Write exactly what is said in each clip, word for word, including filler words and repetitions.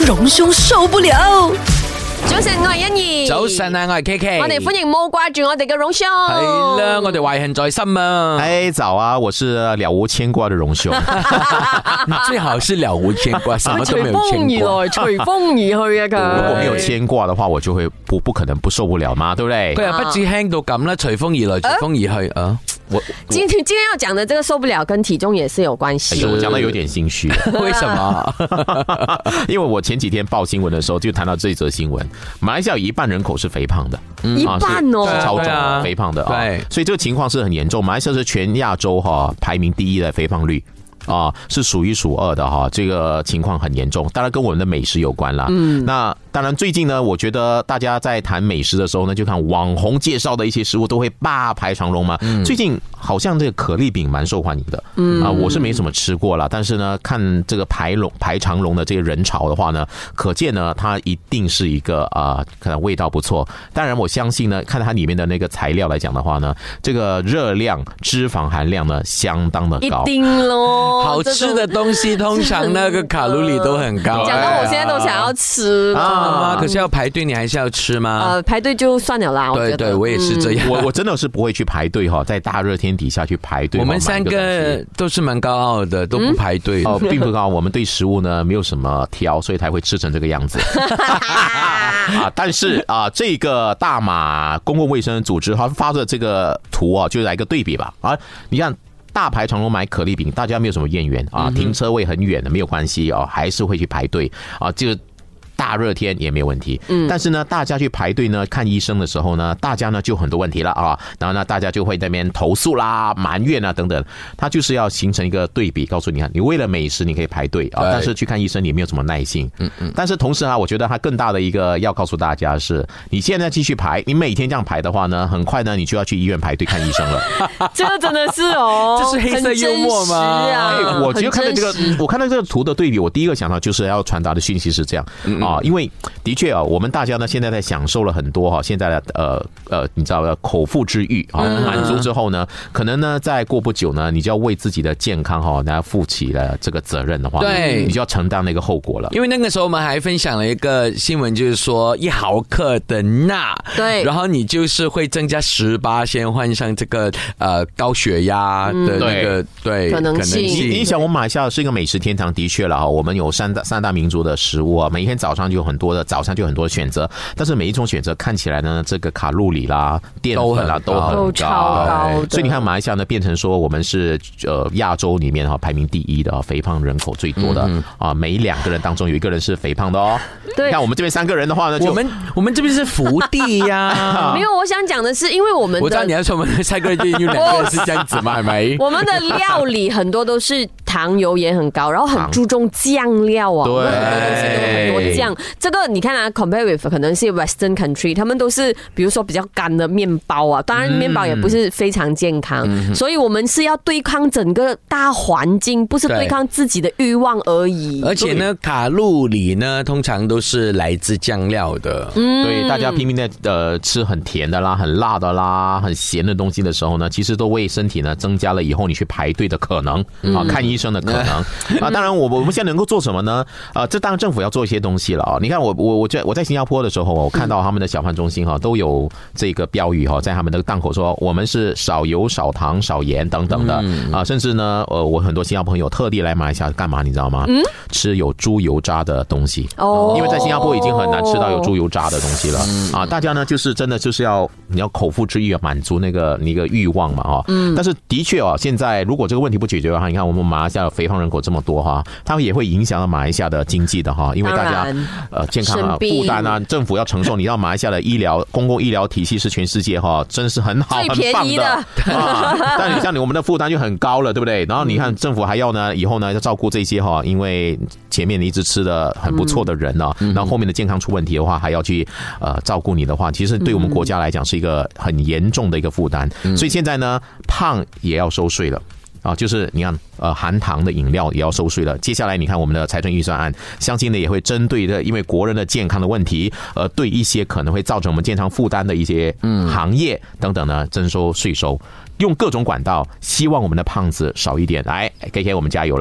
榮兄受不了。 早晨，我係欣怡。 早晨啊，我係 K K。 我哋歡迎冇掛住我哋嘅榮兄。 係啦，我哋懷恨在心啊。 哎，早啊，我是了無牽掛的榮兄。 最好是了無牽掛，什麼都沒有牽掛。 隨風而去啊佢。 如果沒有牽掛的話，我就會不不可能不受不了嘛，對不對？ 佢又不至輕到咁啦，隨風而來，隨風而去啊。 我今天今天要講的這個受不了跟體重也是有關係。 我講得有點心虛。 為什麼？ 因為我前幾天報新聞的時候就談到這則新聞，馬來西亞有一半人口是肥胖的， 一半哦， 是超重肥胖的啊，所以這個情況是很嚴重。馬來西亞是全亞洲哈排名第一的肥胖率。啊，是數一數二的哈，這個情況很嚴重，當然跟我們的美食有關啦。嗯，那當然最近呢，我覺得大家在談美食的時候呢，就看網紅介紹的一些食物都會大排長龍嘛。嗯，最近好像這個可麗餅蠻受歡迎的。嗯，啊，我是沒什麼吃過啦，但是呢，看這個排龍排長龍的這個人潮的話呢，可見呢，它一定是一個啊，可能味道不錯。當然，我相信呢，看它裡面的那個材料來講的話呢，這個熱量、脂肪含量呢，相當的高。 一定咯。 好吃的東西通常那個卡路里都很高， 講到我現在都想要吃了啊！可是要排隊，你還是要吃嗎？ 呃，排隊就算了啦。 對對，我也是這樣。 我我真的是不會去排隊哈，在大熱天底下去排隊。 我們三個都是蠻高傲的，都不排隊哦，並不高傲。我們對食物呢沒有什麼挑，所以才會吃成這個樣子。啊，但是啊，這個大馬公共衛生組織它發的這個圖啊，就來一個對比吧。啊，你看。大排長龍買可麗餅，大家沒有什麼怨言啊，停車位很遠的沒有關係啊，還是會去排隊啊，這個大熱天也沒有問題。嗯，但是呢，大家去排隊呢看醫生的時候呢，大家呢就很多問題了啊，然後呢，大家就會在那邊投訴啦、埋怨啊等等，它就是要形成一個對比，告訴你看，你為了美食你可以排隊啊，但是去看醫生你沒有什麼耐心。嗯嗯。但是同時啊，我覺得它更大的一個要告訴大家是，你現在繼續排，你每天這樣排的話呢，很快呢你就要去醫院排隊看醫生了。 這個真的是哦， 這是黑色幽默嗎？ 啊，我就看到這個，我看到這個圖的對比，我第一個想到就是要傳達的訊息是這樣。嗯。啊，因為的確啊，我們大家呢現在在享受了很多哈，現在的呃呃，你知道的口腹之欲啊，滿足之後呢，可能呢再過不久呢，你就要為自己的健康哈，然後負起了這個責任的話，對，你就要承擔那個後果了。 因為那個時候我們還分享了一個新聞，就是說一毫克的鈉，對，然後你就是會增加十八先患上這個呃高血壓的那個、嗯、對可能性。 你你想，我們馬來西亞是一個美食天堂，的確了哈，我們有三大三大民族的食物啊，每一天早上就有很多的早上就有很多的選擇，但是每一種選擇看起來呢，這個卡路里啦、澱粉啦都很高， 都超高， 所以你看馬來西亞呢變成說我們是呃亞洲裡面哈排名第一的肥胖人口最多的啊，每兩個人當中有一個人是肥胖的哦。對，你看我們這邊三個人的話呢，就我們我們這邊是福地呀。 沒有，我想講的是，因為我們的我知道你要說我們三個人就有兩個人是這樣子嘛，係咪？我們的料理很多都是糖油也很高，然後很注重醬料啊，對，很多東西都很多醬。這個你看啊 ，compare with 可能是 Western country， 他們都是，比如說比較乾的麵包啊，當然麵包也不是非常健康，嗯、所以我們是要對抗整個大環境，不是對抗自己的慾望而已。 而且呢，卡路里呢，通常都是來自醬料的。 嗯，對，大家拼命的呃吃很甜的啦、很辣的啦、很鹹的東西的時候呢，其實都為身體呢增加了以後你去排隊的可能啊，看醫生的可能啊。當然我，我我們現在能夠做什麼呢？啊，這當然政府要做一些東西了啊。你看我我我在我在新加坡的時候，我看到他們的小販中心哈都有這個標語哈，在他們的檔口說我們是少油、少糖、少鹽等等的啊。甚至呢，呃，我很多新加坡朋友特地來馬來西亞幹嘛？你知道嗎？嗯，吃有豬油渣的東西哦，因為在新加坡已經很難吃到有豬油渣的東西了啊。大家呢就是真的就是要你要口腹之欲，滿足那個那個慾望嘛哈。嗯，但是的確啊，現在如果這個問題不解決的話，你看我們馬來西亞的肥胖人口這麼多哈，他們也會影響到馬來西亞的經濟的哈，因為大家呃健康啊負擔啊，政府要承受。你知道馬來西亞的醫療公共醫療體系是全世界哈，真是很好很棒的啊。但你像你我們的負擔就很高了，對不對？然後你看政府還要呢以後呢要照顧這些哈，因為前面你一直吃的很不錯的人呢，然後後面的健康出問題的話，還要去呃照顧你的話，其實對我們國家來講是一個很嚴重的一個負擔。所以現在呢，胖也要收稅了。啊，就是你看，呃，含糖的飲料也要收稅了。接下來，你看我們的財政預算案，相信呢也會針對的，因為國人的健康的問題，呃，對一些可能會造成我們健康負擔的一些行業等等呢，徵收稅收，用各種管道，希望我們的胖子少一點。來，K K，我們加油了。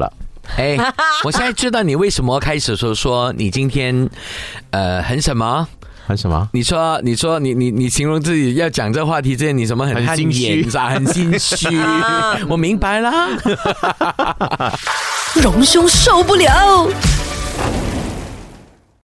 哎，我现在知道你为什么开始说说你今天呃很什么。 很什么？ 你说，你说，你你你形容自己要讲这话题之前，你什么很很心虚， 很心虚。我明白了。 荣兄受不了。